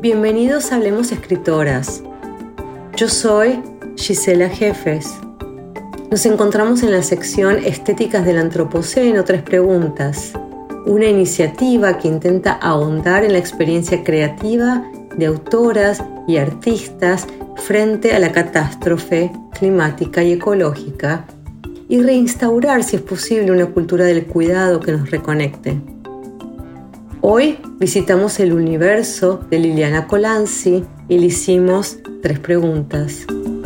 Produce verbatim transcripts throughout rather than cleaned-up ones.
Bienvenidos a Hablemos Escritoras. Yo soy Gisela Jeffes. Nos encontramos en la sección Estéticas del Antropoceno, tres preguntas. Una iniciativa que intenta ahondar en la experiencia creativa de autoras y artistas frente a la catástrofe climática y ecológica y reinstaurar, si es posible, una cultura del cuidado que nos reconecte. Hoy visitamos el universo de Liliana Colanzi y le hicimos tres preguntas.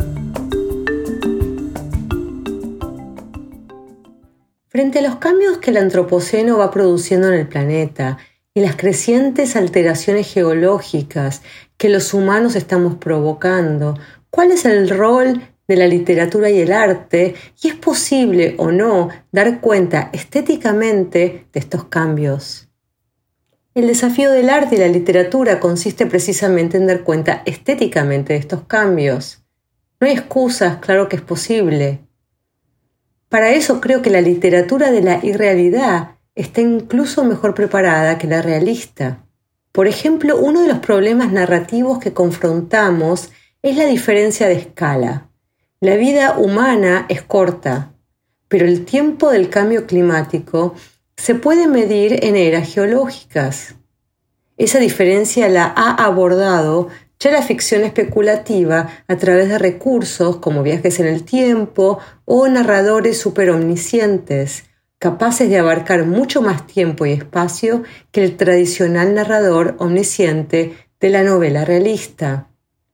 Frente a los cambios que el antropoceno va produciendo en el planeta y las crecientes alteraciones geológicas que los humanos estamos provocando, ¿cuál es el rol de la literatura y el arte? ¿Y es posible o no dar cuenta estéticamente de estos cambios? El desafío del arte y la literatura consiste precisamente en dar cuenta estéticamente de estos cambios. No hay excusas, claro que es posible. Para eso creo que la literatura de la irrealidad está incluso mejor preparada que la realista. Por ejemplo, uno de los problemas narrativos que confrontamos es la diferencia de escala. La vida humana es corta, pero el tiempo del cambio climático se puede medir en eras geológicas. Esa diferencia la ha abordado ya la ficción especulativa a través de recursos como viajes en el tiempo o narradores superomniscientes, capaces de abarcar mucho más tiempo y espacio que el tradicional narrador omnisciente de la novela realista.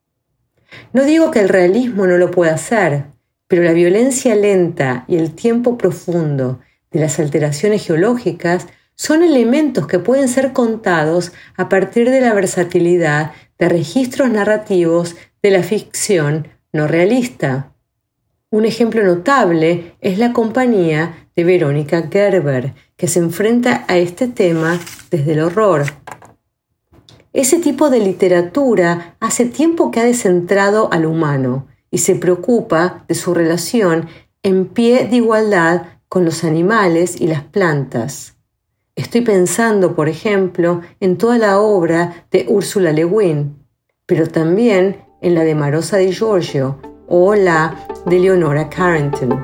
No digo que el realismo no lo pueda hacer, pero la violencia lenta y el tiempo profundo de las alteraciones geológicas son elementos que pueden ser contados a partir de la versatilidad de registros narrativos de la ficción no realista. Un ejemplo notable es La compañía de Verónica Gerber, que se enfrenta a este tema desde el horror. Ese tipo de literatura hace tiempo que ha descentrado al humano y se preocupa de su relación en pie de igualdad con los animales y las plantas. Estoy pensando, por ejemplo, en toda la obra de Ursula Le Guin, pero también en la de Marosa Di Giorgio o la de Leonora Carrington.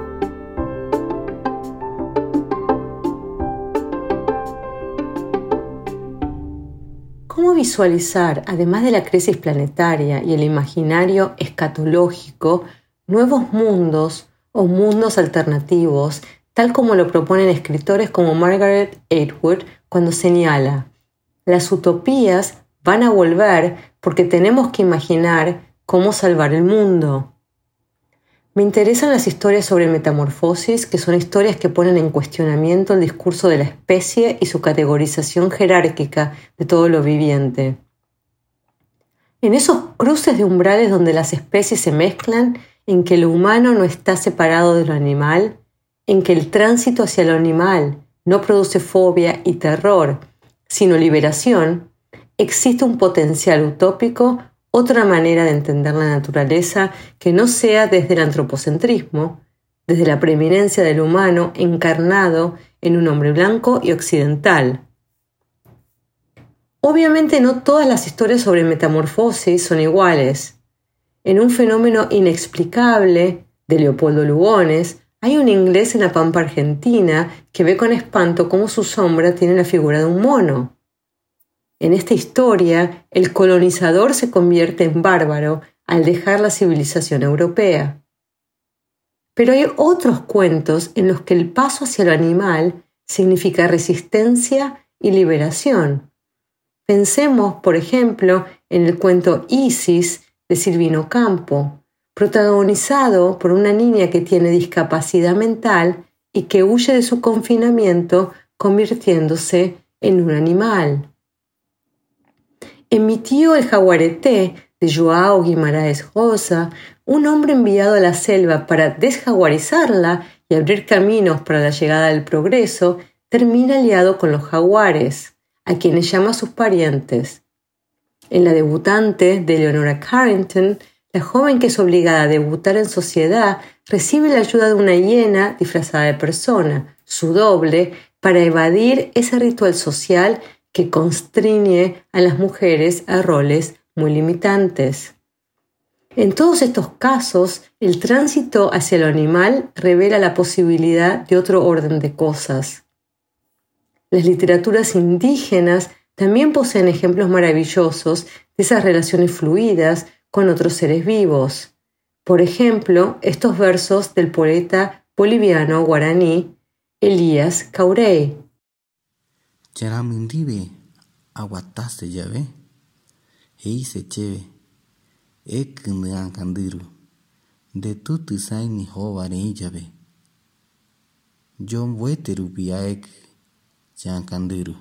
¿Cómo visualizar, además de la crisis planetaria y el imaginario escatológico, nuevos mundos o mundos alternativos, tal como lo proponen escritores como Margaret Atwood cuando señala: las utopías van a volver porque tenemos que imaginar cómo salvar el mundo? Me interesan las historias sobre metamorfosis, que son historias que ponen en cuestionamiento el discurso de la especie y su categorización jerárquica de todo lo viviente. En esos cruces de umbrales donde las especies se mezclan, en que lo humano no está separado de lo animal, en que el tránsito hacia lo animal no produce fobia y terror, sino liberación, existe un potencial utópico, otra manera de entender la naturaleza que no sea desde el antropocentrismo, desde la preeminencia del humano encarnado en un hombre blanco y occidental. Obviamente no todas las historias sobre metamorfosis son iguales. En Un fenómeno inexplicable, de Leopoldo Lugones, hay un inglés en la pampa argentina que ve con espanto cómo su sombra tiene la figura de un mono. En esta historia, el colonizador se convierte en bárbaro al dejar la civilización europea. Pero hay otros cuentos en los que el paso hacia lo animal significa resistencia y liberación. Pensemos, por ejemplo, en el cuento Isis de Silvino Campo, protagonizado por una niña que tiene discapacidad mental y que huye de su confinamiento convirtiéndose en un animal. En Mi tío el jaguarete, de João Guimarães Rosa, un hombre enviado a la selva para desjaguarizarla y abrir caminos para la llegada del progreso, termina aliado con los jaguares, a quienes llama sus parientes. En La debutante, de Leonora Carrington, la joven que es obligada a debutar en sociedad recibe la ayuda de una hiena disfrazada de persona, su doble, para evadir ese ritual social que constriñe a las mujeres a roles muy limitantes. En todos estos casos, el tránsito hacia lo animal revela la posibilidad de otro orden de cosas. Las literaturas indígenas también poseen ejemplos maravillosos de esas relaciones fluidas con otros seres vivos. Por ejemplo, estos versos del poeta boliviano guaraní Elías Caurey. Charamindibe, aguataste llave, eise cheve, eknean candiru, de tutu saini jovare llave. John Weteru piaek, chan candiru.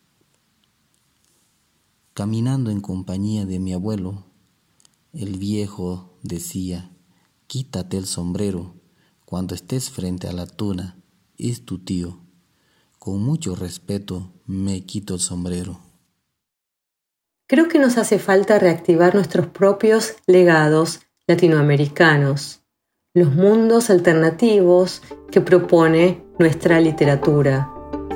Caminando en compañía de mi abuelo, el viejo decía: quítate el sombrero cuando estés frente a la tuna, es tu tío. Con mucho respeto me quito el sombrero. Creo que nos hace falta reactivar nuestros propios legados latinoamericanos, los mundos alternativos que propone nuestra literatura.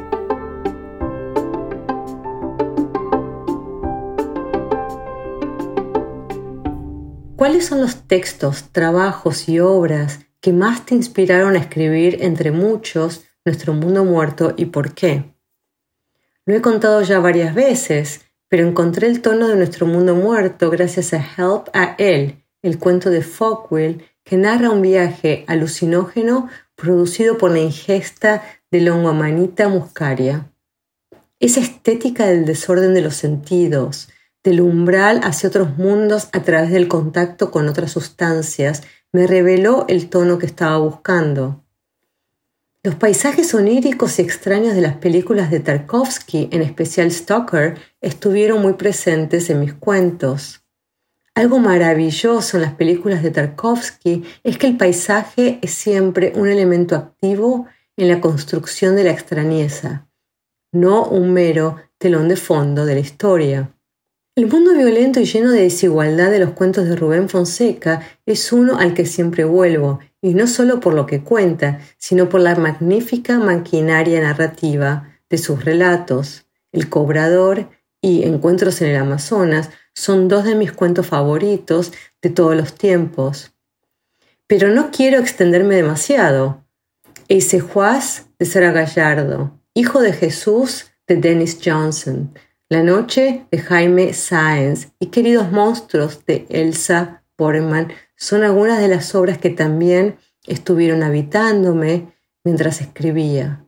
¿Cuáles son los textos, trabajos y obras que más te inspiraron a escribir entre muchos nuestro mundo muerto y por qué? Lo he contado ya varias veces, pero encontré el tono de nuestro mundo muerto gracias a Help a Él, el cuento de Folkwill que narra un viaje alucinógeno producido por la ingesta de Longomanita muscaria. Esa estética del desorden de los sentidos, del umbral hacia otros mundos a través del contacto con otras sustancias, me reveló el tono que estaba buscando. Los paisajes oníricos y extraños de las películas de Tarkovsky, en especial Stalker, estuvieron muy presentes en mis cuentos. Algo maravilloso en las películas de Tarkovsky es que el paisaje es siempre un elemento activo en la construcción de la extrañeza, no un mero telón de fondo de la historia. El mundo violento y lleno de desigualdad de los cuentos de Rubén Fonseca es uno al que siempre vuelvo, y no solo por lo que cuenta, sino por la magnífica maquinaria narrativa de sus relatos. El Cobrador y Encuentros en el Amazonas son dos de mis cuentos favoritos de todos los tiempos. Pero no quiero extenderme demasiado. Eisejuaz de Sara Gallardo, Hijo de Jesús de Dennis Johnson, La Noche de Jaime Sáenz y Queridos Monstruos de Elsa Bornemann son algunas de las obras que también estuvieron habitándome mientras escribía.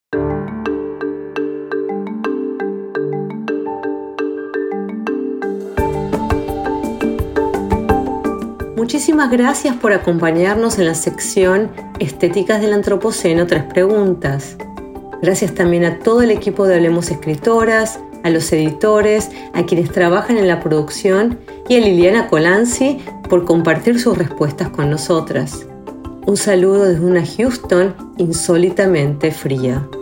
Muchísimas gracias por acompañarnos en la sección Estéticas del Antropoceno, tres preguntas. Gracias también a todo el equipo de Hablemos Escritoras, a los editores, a quienes trabajan en la producción y a Liliana Colanzi por compartir sus respuestas con nosotras. Un saludo desde una Houston insólitamente fría.